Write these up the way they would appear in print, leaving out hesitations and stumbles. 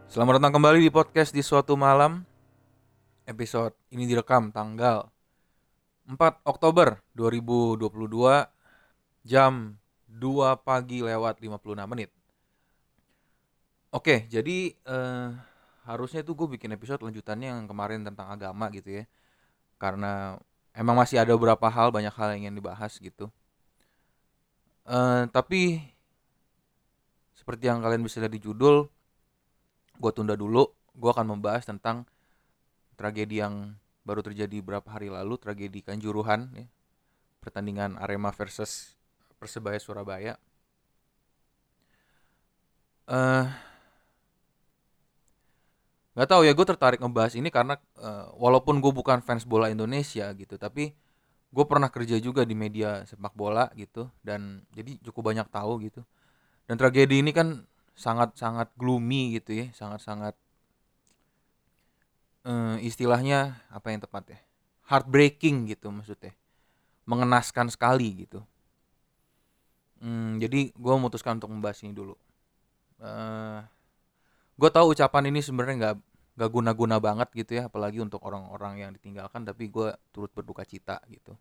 Selamat datang kembali di podcast di suatu malam. Episode ini direkam tanggal 4 Oktober 2022 jam 2 pagi lewat 56 menit. Oke, jadi harusnya tuh gue bikin episode lanjutannya yang kemarin tentang agama gitu ya. Karena emang masih ada beberapa hal, banyak hal yang ingin dibahas gitu. Tapi seperti yang kalian bisa lihat di judul, gue tunda dulu. Gue akan membahas tentang tragedi yang baru terjadi beberapa hari lalu, tragedi Kanjuruhan ya, pertandingan Arema versus Persebaya Surabaya. eh nggak tahu ya, gue tertarik ngebahas ini karena walaupun gue bukan fans bola Indonesia gitu, tapi gue pernah kerja juga di media sepak bola gitu, dan jadi cukup banyak tahu gitu. Dan tragedi ini kan sangat sangat gloomy gitu ya, sangat sangat istilahnya apa yang tepat ya, heartbreaking gitu maksudnya, mengenaskan sekali gitu. Jadi gue memutuskan untuk membahas ini dulu. eh gue tahu ucapan ini sebenarnya nggak guna-guna banget gitu ya, apalagi untuk orang-orang yang ditinggalkan, tapi gue turut berduka cita gitu.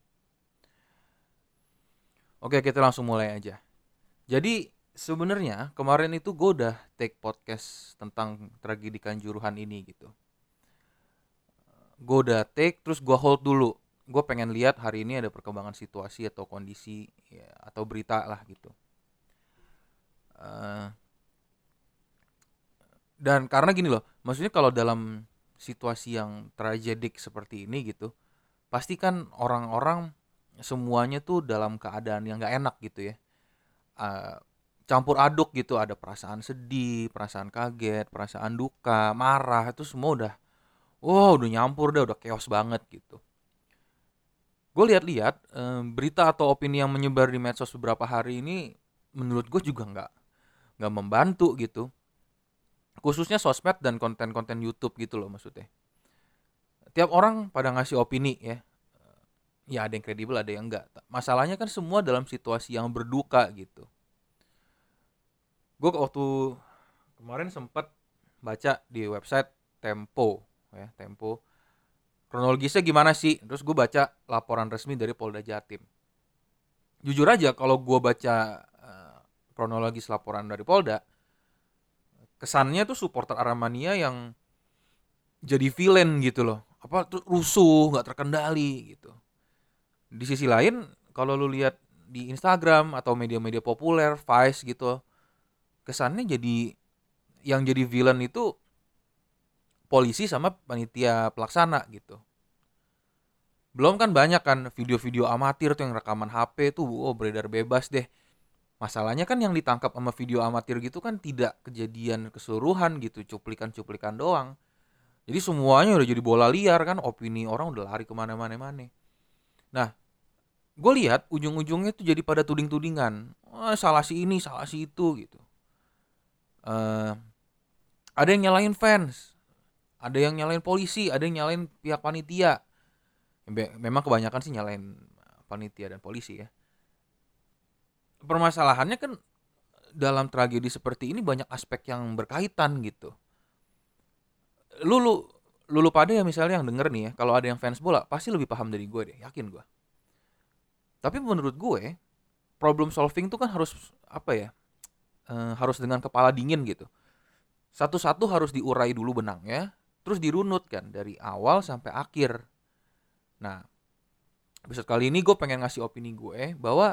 Oke, kita langsung mulai aja. Jadi sebenarnya kemarin itu gue udah take podcast tentang tragedi Kanjuruhan ini gitu. Gue udah take, terus gue hold dulu. Gue pengen lihat hari ini ada perkembangan situasi atau kondisi ya, atau berita lah gitu. Eh, dan karena gini loh, maksudnya kalau dalam situasi yang tragedik seperti ini gitu, pasti kan orang-orang semuanya tuh dalam keadaan yang nggak enak gitu ya. Eh, Campur aduk gitu, ada perasaan sedih, perasaan kaget, perasaan duka, marah, itu semua udah nyampur deh, udah chaos banget gitu. Gue lihat-lihat berita atau opini yang menyebar di medsos beberapa hari ini, menurut gue juga nggak membantu gitu, khususnya sosmed dan konten-konten YouTube gitu loh maksudnya. Tiap orang pada ngasih opini ya. Ya ada yang kredibel, ada yang enggak. Masalahnya kan semua dalam situasi yang berduka gitu. Gue waktu kemarin sempat baca di website Tempo ya, Tempo. Kronologisnya gimana sih? Terus gue baca laporan resmi dari Polda Jatim. Jujur aja kalau gue baca kronologis laporan dari Polda, kesannya tuh supporter Aremania yang jadi villain gitu loh. Apa tuh, rusuh, nggak terkendali gitu. Di sisi lain, kalau lu lihat di Instagram atau media-media populer, Vice gitu, kesannya jadi villain itu polisi sama panitia pelaksana gitu. Belum kan banyak kan video-video amatir tuh yang rekaman HP tuh, beredar bebas deh. Masalahnya kan yang ditangkap sama video amatir gitu kan tidak kejadian keseluruhan gitu, cuplikan-cuplikan doang. Jadi semuanya udah jadi bola liar kan, opini orang udah lari kemana-mana. Nah, gue lihat ujung-ujungnya tuh jadi pada tuding-tudingan. Salah si ini, salah si itu gitu. Eh, ada yang nyalain fans, ada yang nyalain polisi, ada yang nyalain pihak panitia. Memang kebanyakan sih nyalain panitia dan polisi ya. Permasalahannya kan dalam tragedi seperti ini banyak aspek yang berkaitan gitu. Lulu lulu pada ya misalnya yang denger nih ya, kalau ada yang fans bola pasti lebih paham dari gue deh, yakin gue. Tapi menurut gue problem solving tuh kan harus apa ya? Harus dengan kepala dingin gitu. Satu-satu harus diurai dulu benangnya, terus dirunut kan dari awal sampai akhir. Nah, episode kali ini gue pengen ngasih opini gue bahwa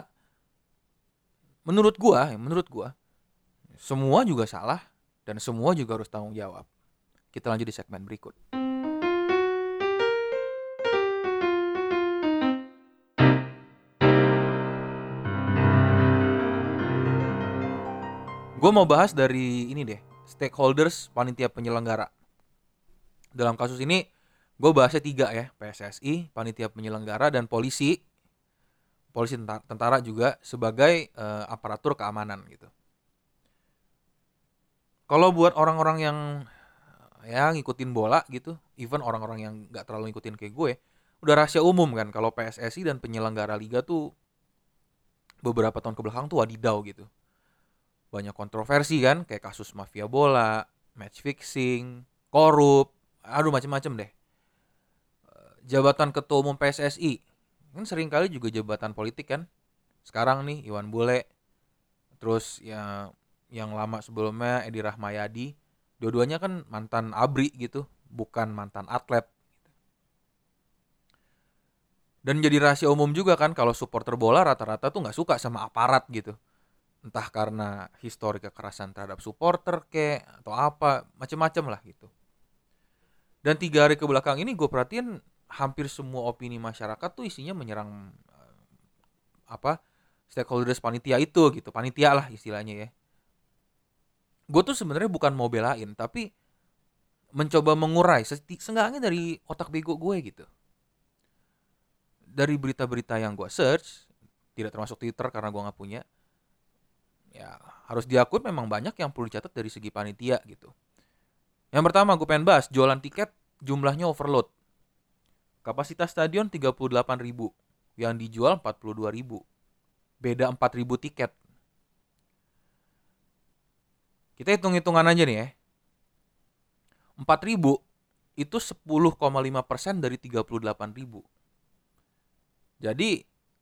menurut gue semua juga salah dan semua juga harus tanggung jawab. Kita lanjut di segmen berikut. Gue mau bahas dari ini deh, stakeholders panitia penyelenggara. Dalam kasus ini gue bahasnya tiga ya, PSSI, panitia penyelenggara, dan polisi. Polisi tentara juga sebagai aparatur keamanan gitu. Kalau buat orang-orang yang ya ngikutin bola gitu, even orang-orang yang nggak terlalu ngikutin kayak gue, udah rahasia umum kan kalau PSSI dan penyelenggara liga tuh beberapa tahun kebelakang tuh wadidaw gitu. Banyak kontroversi kan, kayak kasus mafia bola, match fixing, korup, aduh macem-macem deh. Jabatan ketua umum PSSI kan sering kali juga jabatan politik kan. Sekarang nih Iwan Bule, terus ya yang lama sebelumnya Edi Rahmayadi, dua-duanya kan mantan ABRI gitu, bukan mantan atlet. Dan jadi rahasia umum juga kan kalau supporter bola rata-rata tuh nggak suka sama aparat gitu. Entah karena histori kekerasan terhadap supporter atau apa, macem-macem lah gitu. Dan 3 hari ke belakang ini gue perhatiin hampir semua opini masyarakat tuh isinya menyerang apa stakeholders panitia itu gitu, panitia lah istilahnya ya. Gue tuh sebenarnya bukan mau belain, tapi mencoba mengurai seenggaknya dari otak bego gue gitu. Dari berita-berita yang gue search, tidak termasuk Twitter karena gue nggak punya, ya harus diakui memang banyak yang perlu dicatat dari segi panitia gitu. Yang pertama gue pengen bahas jualan tiket jumlahnya overload. Kapasitas stadion 38.000, yang dijual 42.000. Beda 4.000 tiket. Kita hitung-hitungan aja nih ya. 4.000 itu 10,5% dari 38.000. Jadi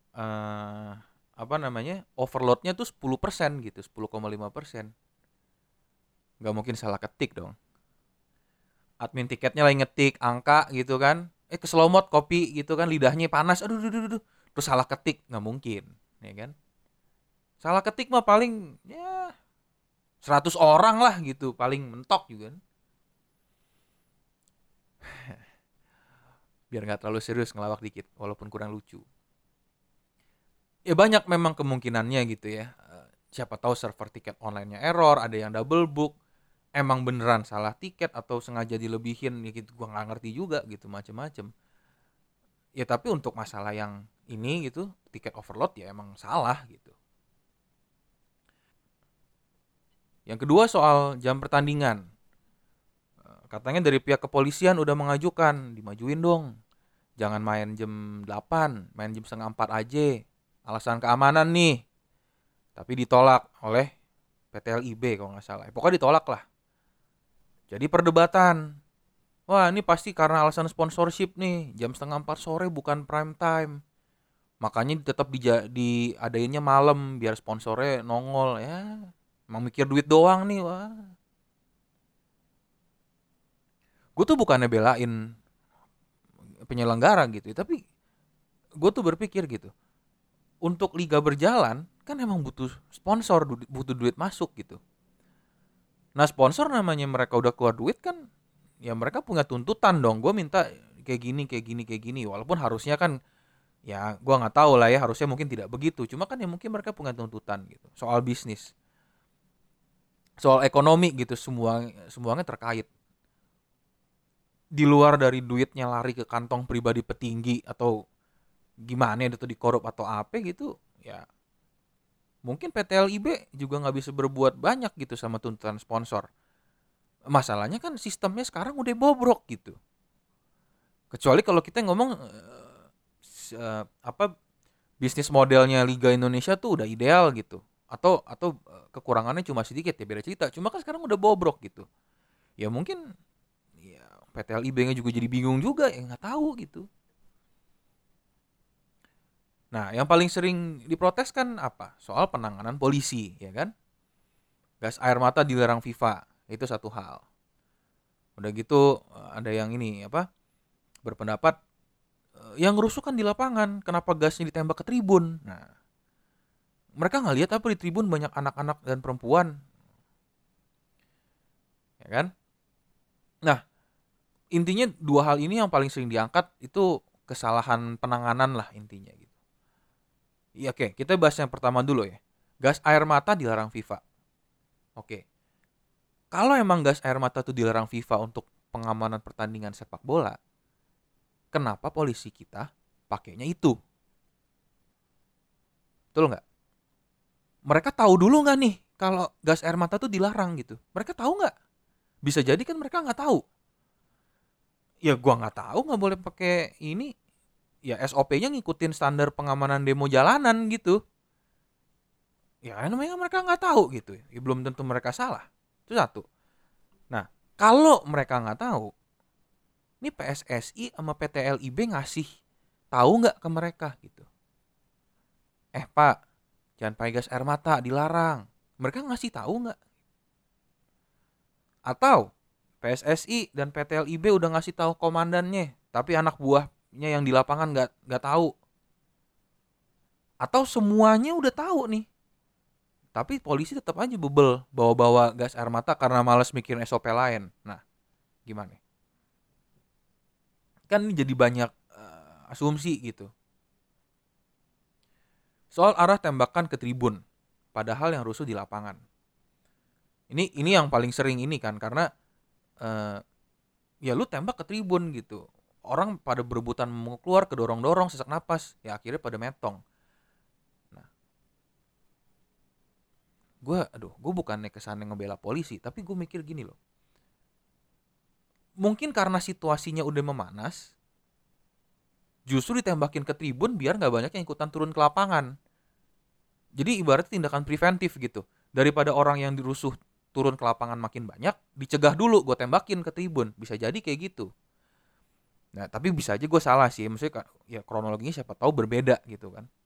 overloadnya tuh 10% gitu, 10,5%. Gak mungkin salah ketik dong. Admin tiketnya lagi ngetik angka gitu kan, keselomot kopi gitu kan, lidahnya panas, aduh. Terus salah ketik, gak mungkin, ya kan? Salah ketik mah paling ya 100 orang lah gitu, paling mentok juga kan. Biar gak terlalu serius ngelawak dikit, walaupun kurang lucu. Ya banyak memang kemungkinannya gitu ya. Siapa tahu server tiket online-nya error, ada yang double book, emang beneran salah tiket atau sengaja dilebihin ya gitu, gua nggak ngerti juga gitu, macem-macem. Ya tapi untuk masalah yang ini gitu, tiket overload ya emang salah gitu. Yang kedua soal jam pertandingan. Katanya dari pihak kepolisian udah mengajukan, dimajuin dong. Jangan main jam 8, main jam setengah 4 aja. Alasan keamanan nih. Tapi ditolak oleh PT LIB kalau nggak salah. Pokoknya ditolak lah. Jadi perdebatan. Wah ini pasti karena alasan sponsorship nih. Jam setengah 4 sore bukan prime time. Makanya tetap diadainnya malam biar sponsornya nongol ya. Emang mikir duit doang nih, wah. Gue tuh bukannya belain penyelenggara gitu, tapi gue tuh berpikir gitu. Untuk liga berjalan kan emang butuh sponsor, butuh duit masuk gitu. Nah sponsor namanya mereka udah keluar duit kan, ya mereka punya tuntutan dong. Gue minta kayak gini, kayak gini, kayak gini. Walaupun harusnya kan, ya gue nggak tahu lah ya. Harusnya mungkin tidak begitu. Cuma kan ya mungkin mereka punya tuntutan gitu. Soal bisnis, soal ekonomi gitu, semuanya terkait. Di luar dari duitnya lari ke kantong pribadi petinggi atau gimana itu dikorup atau apa gitu, ya mungkin PT LIB juga nggak bisa berbuat banyak gitu sama tuntutan sponsor. Masalahnya kan sistemnya sekarang udah bobrok gitu. Kecuali kalau kita ngomong bisnis modelnya Liga Indonesia tuh udah ideal gitu. Atau kekurangannya cuma sedikit ya, beda cerita. Cuma kan sekarang udah bobrok gitu. Ya mungkin ya PT LIB-nya juga jadi bingung juga, ya nggak tahu gitu. Nah, yang paling sering diprotes kan apa? Soal penanganan polisi, ya kan? Gas air mata dilarang FIFA, itu satu hal. Udah gitu ada yang ini berpendapat yang rusuh kan di lapangan, kenapa gasnya ditembak ke tribun? Nah, mereka nggak lihat apa di tribun banyak anak-anak dan perempuan, ya kan? Nah, intinya dua hal ini yang paling sering diangkat itu kesalahan penanganan lah intinya gitu. Iya, oke, kita bahas yang pertama dulu ya. Gas air mata dilarang FIFA. Oke. Kalau emang gas air mata itu dilarang FIFA untuk pengamanan pertandingan sepak bola, kenapa polisi kita pakainya itu? Betul nggak? Mereka tahu dulu nggak nih kalau gas air mata itu dilarang gitu? Mereka tahu nggak? Bisa jadi kan mereka nggak tahu. Ya gua nggak tahu, nggak boleh pakai ini. Ya SOP-nya ngikutin standar pengamanan demo jalanan gitu. Ya namanya mereka nggak tahu gitu. Ya belum tentu mereka salah. Itu satu. Nah, kalau mereka nggak tahu, ini PSSI sama PT LIB ngasih tahu nggak ke mereka gitu. Pak, jangan pakai gas air mata, dilarang. Mereka ngasih tahu nggak? Atau PSSI dan PT LIB udah ngasih tahu komandannya, tapi anak buahnya yang di lapangan nggak tahu. Atau semuanya udah tahu nih, tapi polisi tetap aja bebel bawa-bawa gas air mata karena males mikirin SOP lain. Nah, gimana? Kan ini jadi banyak asumsi gitu. Soal arah tembakan ke tribun, padahal yang rusuh di lapangan. Ini yang paling sering ini kan, karena eh, ya lu tembak ke tribun gitu. Orang pada berebutan mau keluar, kedorong-dorong, sesak napas, ya akhirnya pada metong. Nah, gue bukannya kesannya ngebela polisi, tapi gue mikir gini loh. Mungkin karena situasinya udah memanas, justru ditembakin ke tribun biar nggak banyak yang ikutan turun ke lapangan. Jadi ibaratnya tindakan preventif gitu. Daripada orang yang dirusuh turun ke lapangan makin banyak, dicegah dulu gue tembakin ke tribun. Bisa jadi kayak gitu. Nah, tapi bisa aja gue salah sih. Maksudnya ya kronologinya siapa tahu berbeda gitu kan.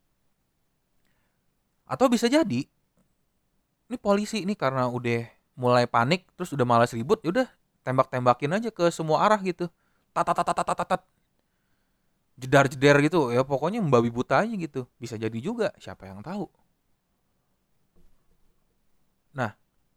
Atau bisa jadi ini polisi ini karena udah mulai panik terus udah malas ribut, ya udah tembak-tembakin aja ke semua arah gitu. Tat, jedar-jeder gitu. Ya pokoknya membabi buta aja gitu. Bisa jadi juga, siapa yang tahu. Nah,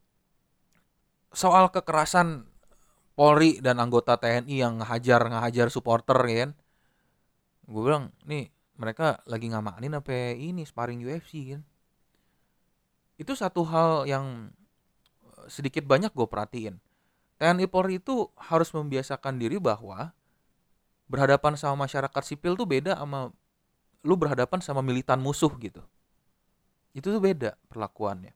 soal kekerasan Polri dan anggota TNI yang ngehajar supporter ya kan. Gue bilang, nih mereka lagi ngamanin apa ini sparring UFC kan. Itu satu hal yang sedikit banyak gue perhatiin. TNI Polri itu harus membiasakan diri bahwa berhadapan sama masyarakat sipil tuh beda sama lu berhadapan sama militan musuh gitu. Itu tuh beda perlakuannya.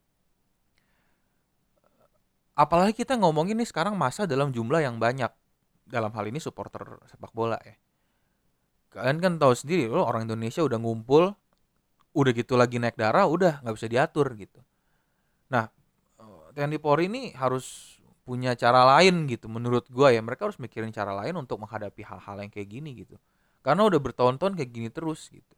Apalagi kita ngomongin nih sekarang masa dalam jumlah yang banyak. Dalam hal ini supporter sepak bola ya. Kalian kan tahu sendiri loh, orang Indonesia udah ngumpul, udah gitu lagi naik darah, udah nggak bisa diatur gitu. Nah, TNI Polri ini harus punya cara lain gitu menurut gua ya. Mereka harus mikirin cara lain untuk menghadapi hal-hal yang kayak gini gitu. Karena udah bertahun-tahun kayak gini terus gitu.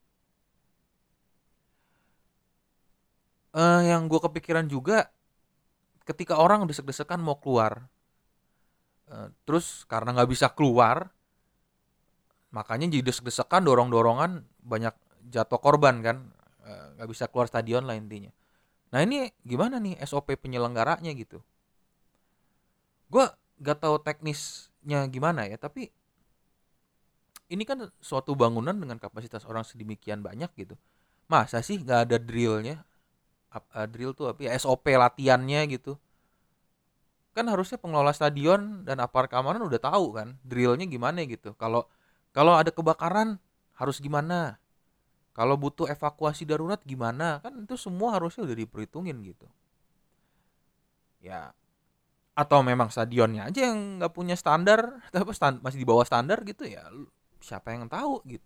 Yang gua kepikiran juga ketika orang desek-desekan mau keluar, terus karena nggak bisa keluar, makanya jadi desek-desekan, dorong-dorongan, banyak jatuh korban kan, nggak bisa keluar stadion lah intinya. Nah ini gimana nih SOP penyelenggaranya gitu? Gue gak tahu teknisnya gimana ya, tapi ini kan suatu bangunan dengan kapasitas orang sedemikian banyak gitu. Masa sih nggak ada drillnya? Drill tuh apa ya? SOP latihannya gitu. Kan harusnya pengelola stadion dan aparat keamanan udah tahu kan drillnya gimana gitu. Kalau kalau ada kebakaran harus gimana? Kalau butuh evakuasi darurat gimana? Kan itu semua harusnya udah diperhitungin gitu. Ya, atau memang stadionnya aja yang nggak punya standar, tapi masih di bawah standar gitu ya. Siapa yang tahu gitu.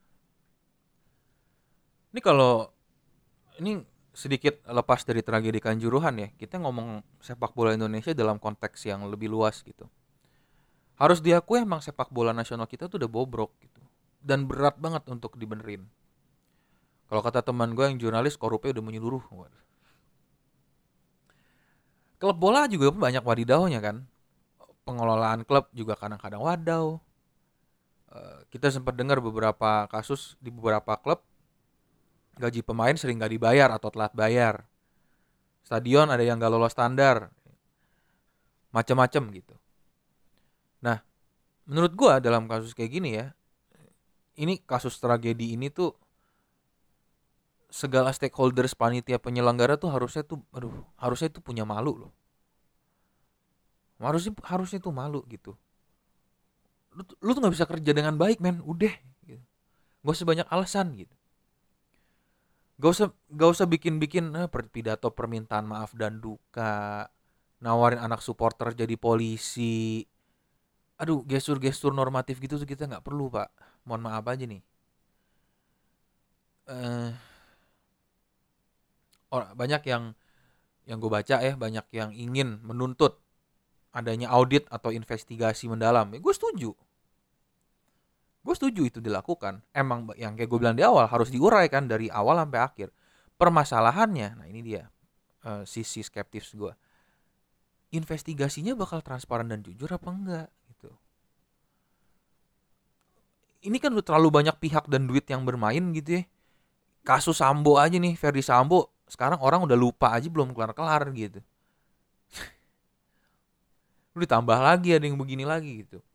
Ini kalau ini sedikit lepas dari tragedi Kanjuruhan ya, kita ngomong sepak bola Indonesia dalam konteks yang lebih luas gitu. Harus diakui emang sepak bola nasional kita tuh udah bobrok gitu. Dan berat banget untuk dibenerin. Kalau kata teman gue yang jurnalis, korupnya udah menyeluruh. Klub bola juga banyak wadidaunya kan. Pengelolaan klub juga kadang-kadang wadau. Kita sempat dengar beberapa kasus di beberapa klub gaji pemain sering gak dibayar atau telat bayar. Stadion ada yang gak lolos standar, macam-macam gitu. Nah, menurut gua dalam kasus kayak gini ya, ini kasus tragedi ini tuh segala stakeholders panitia penyelenggara tuh harusnya tuh punya malu loh. Harusnya tuh malu gitu. Lu tuh nggak bisa kerja dengan baik men, udah. Gitu. Gak usah banyak alasan gitu. Gak usah bikin pidato permintaan maaf dan duka, nawarin anak supporter jadi polisi. Aduh, gestur-gestur normatif gitu tuh kita nggak perlu pak. Mohon maaf aja nih. Eh, Banyak yang gue baca ya, banyak yang ingin menuntut adanya audit atau investigasi mendalam. Ya, gue setuju itu dilakukan. Emang yang kayak gue bilang di awal harus diuraikan dari awal sampai akhir. Permasalahannya, nah ini dia sisi skeptis gue. Investigasinya bakal transparan dan jujur apa enggak gitu. Ini kan udah terlalu banyak pihak dan duit yang bermain gitu ya. Kasus Sambo aja nih, Ferdi Sambo, sekarang orang udah lupa aja belum kelar-kelar gitu. Lu ditambah lagi ada yang begini lagi gitu.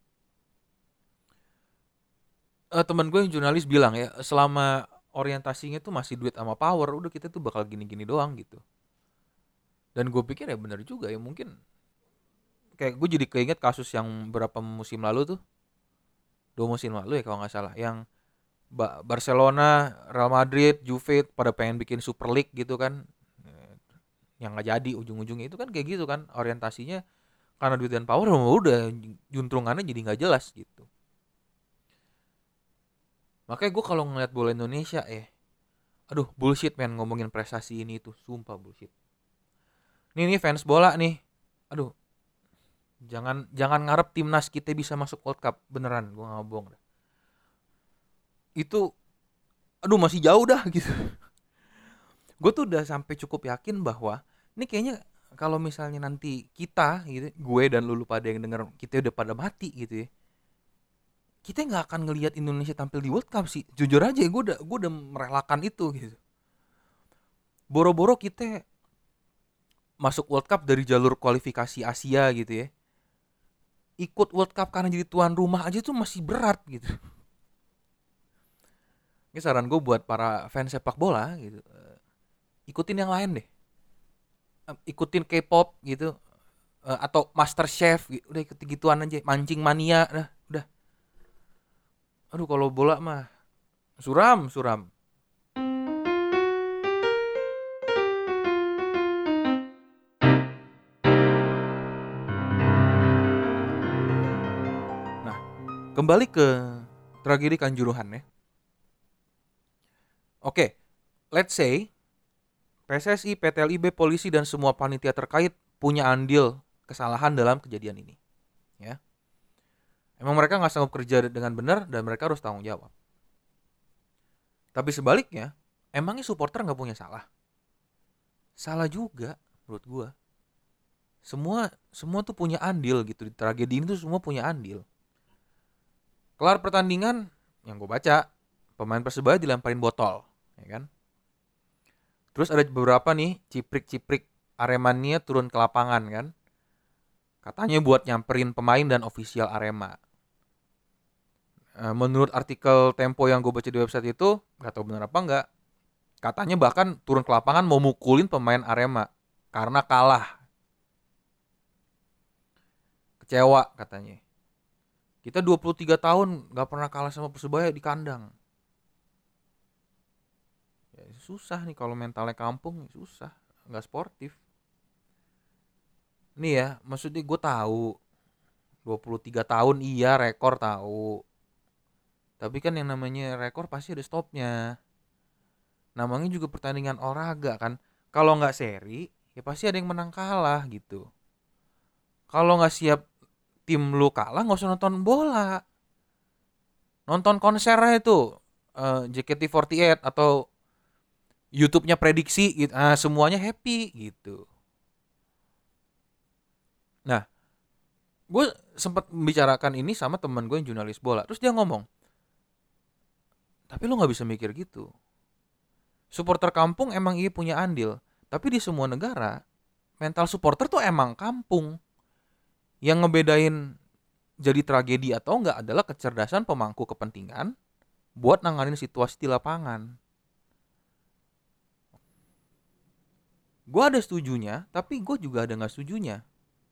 Teman gue yang jurnalis bilang ya, selama orientasinya tuh masih duit sama power, udah kita tuh bakal gini-gini doang gitu. Dan gue pikir ya benar juga ya, mungkin kayak gue jadi keinget kasus yang berapa musim lalu tuh, 2 musim lalu ya kalau nggak salah, yang Barcelona, Real Madrid, Juve pada pengen bikin Super League gitu kan, yang nggak jadi ujung-ujungnya itu kan kayak gitu kan orientasinya, karena duit dan power udah juntrungannya jadi nggak jelas gitu. Makanya gue kalau ngeliat bola Indonesia aduh bullshit men ngomongin prestasi ini itu, sumpah bullshit. Nih fans bola nih, aduh jangan ngarep timnas kita bisa masuk World Cup, beneran gue nggak bohong dah. Itu aduh masih jauh dah gitu. Gue tuh udah sampai cukup yakin bahwa ini kayaknya kalau misalnya nanti kita gitu, gue dan lulu pada yang denger kita udah pada mati gitu ya, kita nggak akan ngelihat Indonesia tampil di World Cup sih. Jujur aja gue udah merelakan itu gitu. Boro-boro kita masuk World Cup dari jalur kualifikasi Asia gitu ya, ikut World Cup karena jadi tuan rumah aja tuh masih berat gitu. Ini saran gue buat para fans sepak bola gitu, ikutin yang lain deh, ikutin K-pop gitu, atau Master Chef gitu. Udah ikut gituan aja, mancing mania dah udah. Aduh kalau bola mah suram. Nah, kembali ke tragedi Kanjuruhan ya. Oke, let's say PSSI, PTLIB, polisi dan semua panitia terkait punya andil kesalahan dalam kejadian ini. Ya, emang mereka nggak sanggup kerja dengan benar dan mereka harus tanggung jawab. Tapi sebaliknya, emangnya supporter nggak punya salah? Salah juga, menurut gua. Semua tuh punya andil gitu di tragedi ini tuh, semua punya andil. Kelar pertandingan, yang gue baca, pemain Persebaya dilemparin botol, ya kan? Terus ada beberapa nih ciprik-ciprik Aremania turun ke lapangan kan, katanya buat nyamperin pemain dan ofisial Arema. Menurut artikel Tempo yang gue baca di website itu, nggak tahu benar apa enggak, katanya bahkan turun ke lapangan mau mukulin pemain Arema karena kalah, kecewa katanya. Kita 23 tahun nggak pernah kalah sama Persebaya di kandang. Ya, susah nih kalau mentalnya kampung, susah, nggak sportif. Nih ya, maksudnya gue tahu 23 tahun iya rekor tahu. Tapi kan yang namanya rekor pasti ada stopnya. Namanya juga pertandingan olahraga kan. Kalau nggak seri, ya pasti ada yang menang kalah gitu. Kalau nggak siap tim lu kalah, nggak usah nonton bola. Nonton konsernya itu JKT48 atau YouTube-nya prediksi gitu. Semuanya happy gitu. Nah, gue sempat membicarakan ini sama teman gue yang jurnalis bola. Terus dia ngomong, tapi lu nggak bisa mikir gitu. Supporter kampung emang iya punya andil, tapi di semua negara mental supporter tuh emang kampung. Yang ngebedain jadi tragedi atau enggak adalah kecerdasan pemangku kepentingan buat nanganin situasi di lapangan. Gue ada setujunya, tapi gue juga ada nggak setujunya.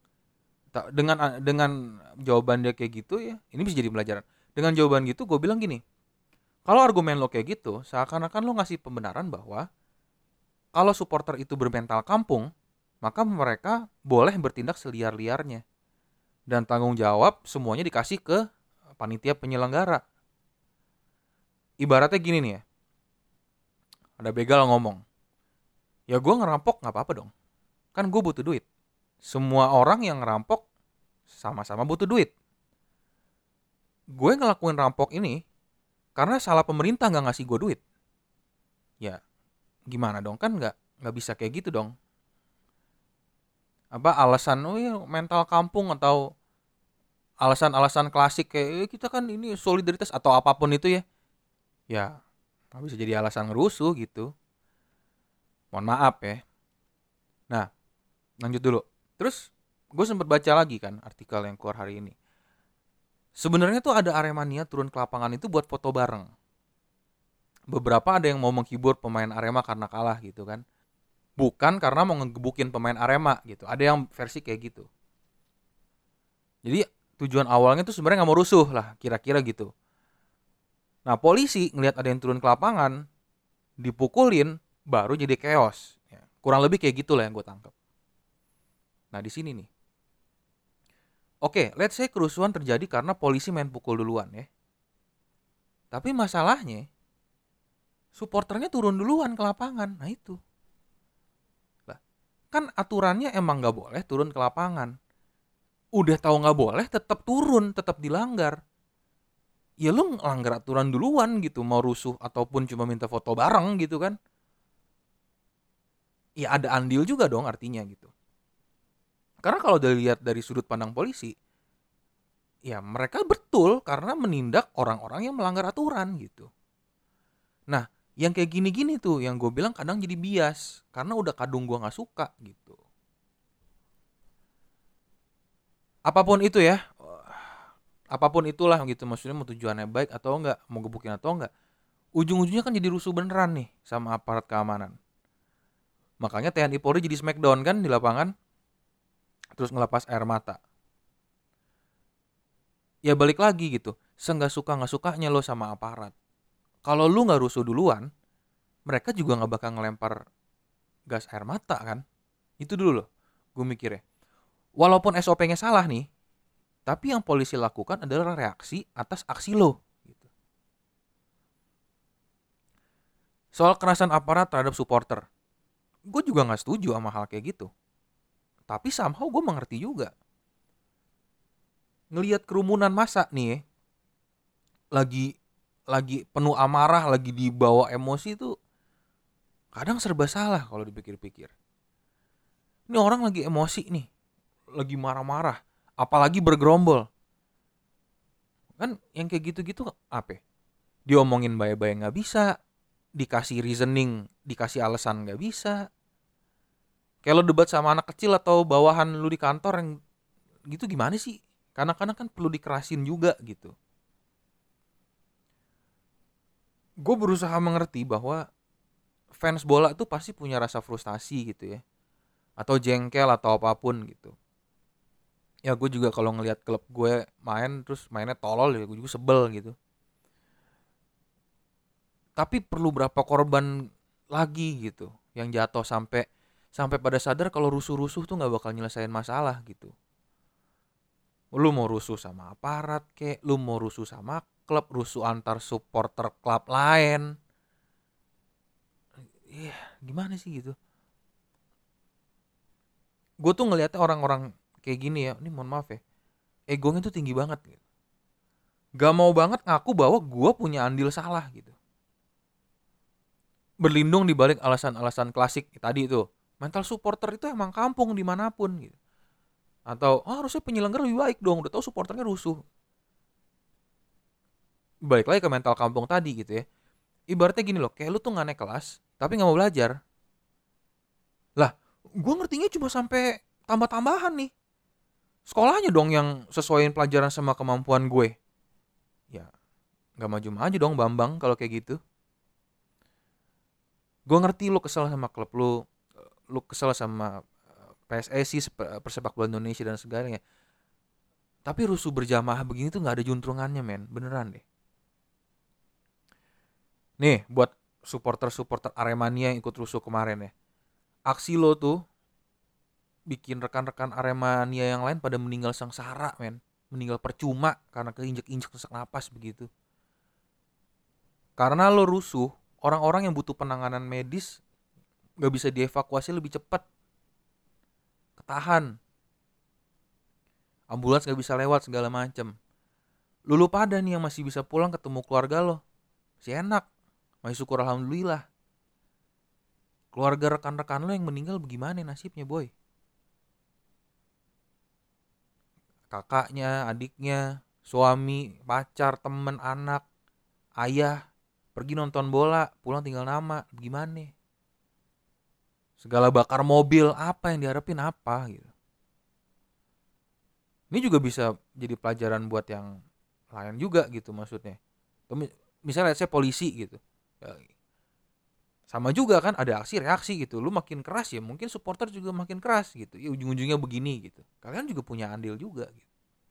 Dengan jawaban dia kayak gitu ya, ini bisa jadi pelajaran. Dengan jawaban gitu, gue bilang gini, kalau argumen lo kayak gitu, seakan-akan lo ngasih pembenaran bahwa kalau supporter itu bermental kampung, maka mereka boleh bertindak seliar-liarnya. Dan tanggung jawab semuanya dikasih ke panitia penyelenggara. Ibaratnya gini nih ya, ada begal ngomong, ya gue ngerampok gak apa-apa dong, kan gue butuh duit. Semua orang yang ngerampok sama-sama butuh duit. Gue ngelakuin rampok ini karena salah pemerintah nggak ngasih gue duit. Ya gimana dong, kan nggak bisa kayak gitu dong. Apa alasan oh ya mental kampung atau alasan-alasan klasik kayak kita kan ini solidaritas atau apapun itu ya. Ya nggak bisa jadi alasan ngerusuh gitu. Mohon maaf ya. Nah, lanjut dulu. Terus gue sempat baca lagi kan artikel yang keluar hari ini. Sebenarnya tuh ada Aremania turun ke lapangan itu buat foto bareng. Beberapa ada yang mau menghibur pemain Arema karena kalah gitu kan. Bukan karena mau ngegebukin pemain Arema gitu. Ada yang versi kayak gitu. Jadi tujuan awalnya tuh sebenarnya nggak mau rusuh lah, kira-kira gitu. Nah polisi ngelihat ada yang turun ke lapangan, dipukulin, baru jadi chaos. Ya, kurang lebih kayak gitulah yang gue tangkap. Nah di sini nih. Oke, let's say kerusuhan terjadi karena polisi main pukul duluan ya. Tapi masalahnya, supporternya turun duluan ke lapangan. Nah itu. Lah, kan aturannya emang nggak boleh turun ke lapangan. Udah tahu nggak boleh, tetap turun, tetap dilanggar. Ya lu ngelanggar aturan duluan gitu, mau rusuh ataupun cuma minta foto bareng gitu kan. Ya ada andil juga dong artinya gitu. Karena kalau dilihat dari sudut pandang polisi, ya mereka betul karena menindak orang-orang yang melanggar aturan gitu. Nah, yang kayak gini-gini tuh yang gue bilang kadang jadi bias karena udah kadung gue nggak suka gitu. Apapun itu ya, apapun itulah gitu, maksudnya mau tujuannya baik atau enggak, mau gebukin atau enggak, ujung-ujungnya kan jadi rusuh beneran nih sama aparat keamanan. Makanya TNI Polri jadi smackdown kan di lapangan, terus ngelepas air mata. Ya balik lagi gitu, seenggak suka nggak sukanya lo sama aparat. Kalau lu nggak rusuh duluan, mereka juga nggak bakal ngelempar gas air mata kan. Itu dulu loh, gue mikir ya. Walaupun SOP-nya salah nih, tapi yang polisi lakukan adalah reaksi atas aksi lo. Gitu. Soal kerasan aparat terhadap supporter, gue juga nggak setuju sama hal kayak gitu. Tapi somehow gue mengerti juga. Ngelihat kerumunan massa nih, lagi penuh amarah, lagi dibawa emosi tuh kadang serba salah kalau dipikir-pikir. Ini orang lagi emosi nih, lagi marah-marah, apalagi bergerombol. Kan yang kayak gitu-gitu apa? Diomongin baik-baik nggak bisa, dikasih reasoning, dikasih alasan nggak bisa. Kayak lo debat sama anak kecil atau bawahan lu di kantor yang gitu gimana sih? Kadang-kadang kan perlu dikerasin juga gitu. Gue berusaha mengerti bahwa fans bola tuh pasti punya rasa frustasi gitu ya, atau jengkel atau apapun gitu. Ya gue juga kalau ngelihat klub gue main terus mainnya tolol ya gue juga sebel gitu. Tapi perlu berapa korban lagi gitu yang jatuh sampai sampai pada sadar kalau rusuh-rusuh tuh nggak bakal nyelesain masalah gitu. Lu mau rusuh sama aparat kek, lu mau rusuh sama klub, rusuh antar supporter klub lain. Iya, gimana sih gitu. Gue tuh ngelihatnya orang-orang kayak gini ya, ini mohon maaf ya, egonya tuh tinggi banget gitu. Gak mau banget ngaku bahwa gue punya andil salah gitu. Berlindung di balik alasan-alasan klasik tadi itu. Mental supporter itu emang kampung dimanapun gitu. Atau harusnya penyelenggara lebih baik dong, udah tahu supporternya rusuh. Balik lagi ke mental kampung tadi gitu ya. Ibaratnya gini loh, kayak lu tuh gak naik kelas tapi gak mau belajar. Lah, gue ngertinya cuma sampai tambah-tambahan nih. Sekolahnya dong yang sesuaiin pelajaran sama kemampuan gue. Ya, gak maju-maju dong Bambang kalau kayak gitu. Gue ngerti lu kesel sama klub lu kesel sama PSSI, Persepak Bola Indonesia dan segalanya. Tapi rusuh berjamaah begini tuh gak ada juntrungannya men, beneran deh. Nih, buat supporter-supporter Aremania yang ikut rusuh kemarin ya. Aksi lo tuh bikin rekan-rekan Aremania yang lain pada meninggal sengsara men. Meninggal percuma karena keinjek-injek sesak napas begitu. Karena lo rusuh, orang-orang yang butuh penanganan medis gak bisa dievakuasi lebih cepat. Ketahan. ambulans nggak bisa lewat segala macem. Lu pada nih yang masih bisa pulang ketemu keluarga lo, masih enak, masih syukur alhamdulillah. Keluarga rekan-rekan lo yang meninggal bagaimana nasibnya boy? Kakaknya, adiknya, suami, pacar, temen, anak, ayah, pergi nonton bola, pulang tinggal nama, gimana? Segala bakar mobil, apa yang diharapin apa gitu. Ini juga bisa jadi pelajaran buat yang lain juga gitu maksudnya. Misalnya saya polisi gitu. Ya, sama juga kan ada aksi reaksi gitu. Lu makin keras ya mungkin supporter juga makin keras gitu. Ya ujung-ujungnya begini gitu. Kalian juga punya andil juga gitu.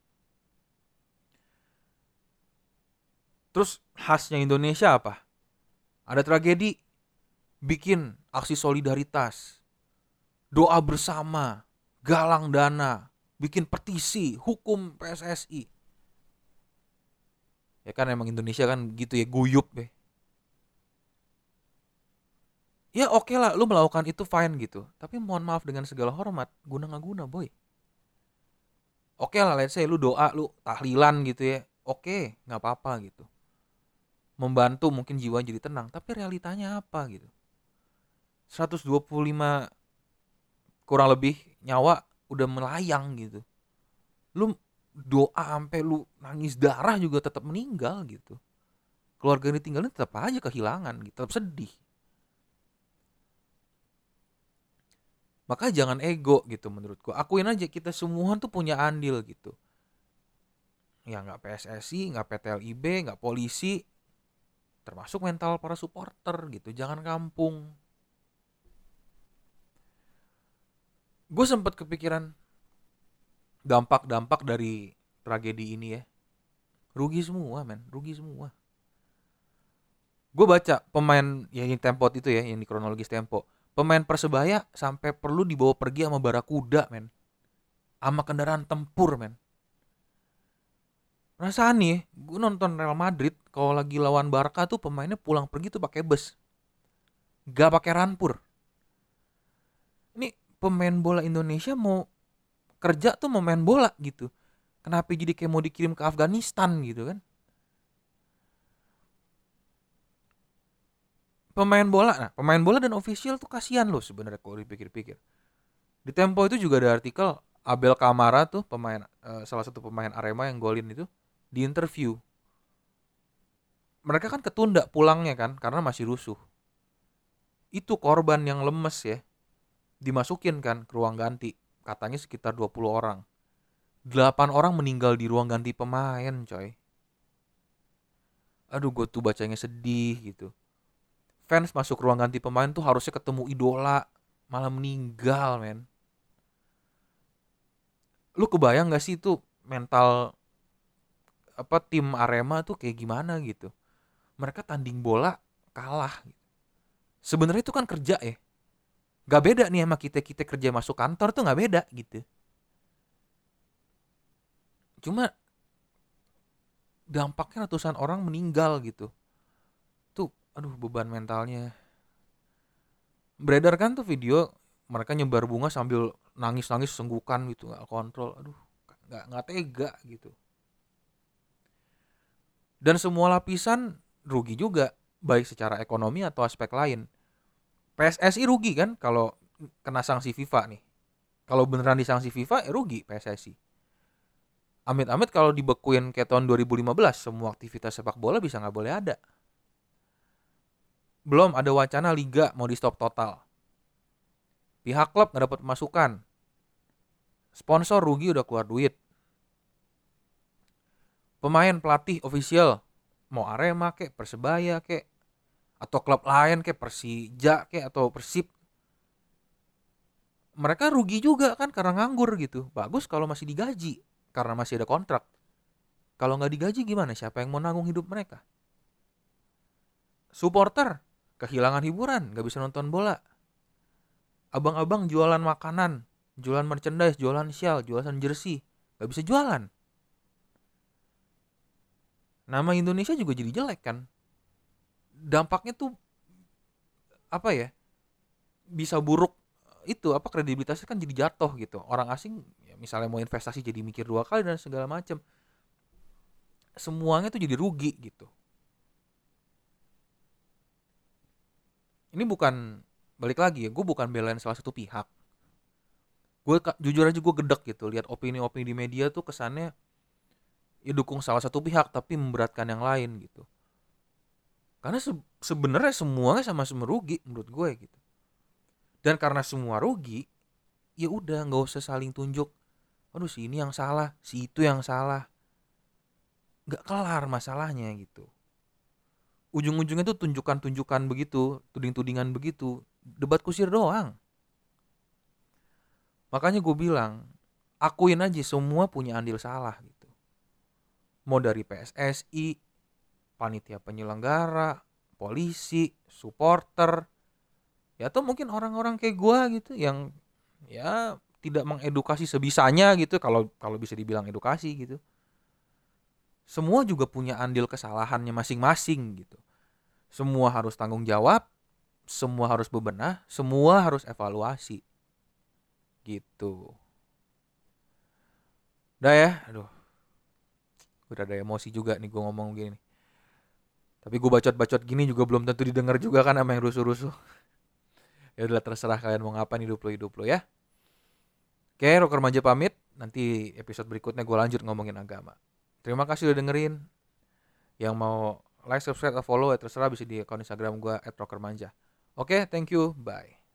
Terus khasnya Indonesia apa? Ada tragedi, bikin aksi solidaritas, doa bersama, galang dana, bikin petisi, hukum PSSI. Ya kan emang Indonesia kan gitu ya, guyup ya. Ya oke lah, lu melakukan itu fine gitu. Tapi mohon maaf dengan segala hormat, guna nggak guna boy. Oke lah, let's say lu doa, lu tahlilan gitu ya. Oke, nggak apa-apa gitu. Membantu mungkin jiwa jadi tenang. Tapi realitanya apa gitu? 125 kurang lebih nyawa udah melayang gitu. Lu doa sampai lu nangis darah juga tetap meninggal gitu. Keluarga yang ditinggalin tetap aja kehilangan gitu, tetap sedih. Maka jangan ego gitu menurutku. Akuin aja kita semua tuh punya andil gitu. Ya nggak PSSI, nggak PTLIB, nggak polisi, termasuk mental para supporter gitu. Jangan kampung. Gue sempat kepikiran dampak-dampak dari tragedi ini ya. Rugi semua men, rugi semua. Gue baca pemain yang Tempo itu ya, yang di kronologis Tempo. Pemain Persebaya sampai perlu dibawa pergi sama Barakuda men. Sama kendaraan tempur men. Perasaan nih, gue nonton Real Madrid kalau lagi lawan Barca tuh pemainnya pulang pergi tuh pakai bus, gak pakai rampur. Ini pemain bola Indonesia mau kerja tuh mau main bola gitu. Kenapa jadi kayak mau dikirim ke Afghanistan gitu kan? Pemain bola dan official tuh kasihan loh sebenarnya kalau dipikir-pikir. Di Tempo itu juga ada artikel Abel Kamara tuh salah satu pemain Arema yang golin itu di interview. Mereka kan ketunda pulangnya kan karena masih rusuh. Itu korban yang lemes ya, dimasukin kan ke ruang ganti. Katanya sekitar 20 orang. 8 orang meninggal di ruang ganti pemain, coy. Aduh, gue tuh bacanya sedih gitu. Fans masuk ruang ganti pemain tuh harusnya ketemu idola, malah meninggal, men. Lu kebayang gak sih tuh mental tim Arema tuh kayak gimana gitu. Mereka tanding bola kalah. Sebenarnya itu kan kerja ya. Gak beda nih sama kita kerja masuk kantor tuh gak beda gitu. Cuma dampaknya ratusan orang meninggal gitu. Tuh, aduh beban mentalnya. Beredar kan tuh video mereka nyebar bunga sambil nangis-nangis senggukan gitu, gak kontrol. Aduh, gak tega gitu. Dan semua lapisan rugi juga, baik secara ekonomi atau aspek lain. PSSI rugi kan kalau kena sanksi FIFA nih. Kalau beneran disanksi FIFA ya rugi PSSI. Amit-amit kalau dibekuin kayak tahun 2015 semua aktivitas sepak bola bisa nggak boleh ada. Belum ada wacana liga mau di stop total. Pihak klub nggak dapat pemasukan. Sponsor rugi udah keluar duit. Pemain, pelatih, official mau Arema kek, Persebaya kek, atau klub lain kek, Persija kek atau Persib, mereka rugi juga kan karena nganggur gitu. Bagus kalau masih digaji karena masih ada kontrak. Kalau nggak digaji gimana? Siapa yang mau nanggung hidup mereka? Supporter kehilangan hiburan, nggak bisa nonton bola. Abang-abang jualan makanan, jualan merchandise, jualan shawl, jualan jersey, nggak bisa jualan. Nama Indonesia juga jadi jelek kan. Dampaknya tuh apa ya? Bisa buruk, itu kredibilitasnya kan jadi jatuh gitu. Orang asing ya misalnya mau investasi jadi mikir 2 kali dan segala macam. Semuanya tuh jadi rugi gitu. Ini bukan, balik lagi ya, gue bukan belain salah satu pihak. Gue jujur aja gue gedek gitu lihat opini-opini di media tuh kesannya ya dukung salah satu pihak tapi memberatkan yang lain gitu. Karena sebenarnya semuanya sama-sama rugi menurut gue gitu. Dan karena semua rugi, ya udah nggak usah saling tunjuk. Aduh si ini yang salah, si itu yang salah. Nggak kelar masalahnya gitu. Ujung-ujungnya tuh tunjukkan-tunjukkan begitu, tuding-tudingan begitu, debat kusir doang. Makanya gue bilang, akuin aja semua punya andil salah gitu. Mau dari PSSI, panitia penyelenggara, polisi, supporter, ya atau mungkin orang-orang kayak gue gitu yang ya tidak mengedukasi sebisanya gitu, kalau bisa dibilang edukasi gitu. Semua juga punya andil kesalahannya masing-masing gitu. Semua harus tanggung jawab, semua harus bebenah, semua harus evaluasi. Gitu. Udah ya, aduh. Udah ada emosi juga nih gue ngomong gini. Tapi gue bacot-bacot gini juga belum tentu didengar juga kan sama yang rusuh-rusuh. Ya udah terserah kalian mau ngapain hidup lo ya. Oke, Rocker Remaja pamit. Nanti episode berikutnya gue lanjut ngomongin agama. Terima kasih udah dengerin. Yang mau like, subscribe, atau follow ya terserah bisa di akun Instagram gue @rockermanja. Oke, thank you, bye.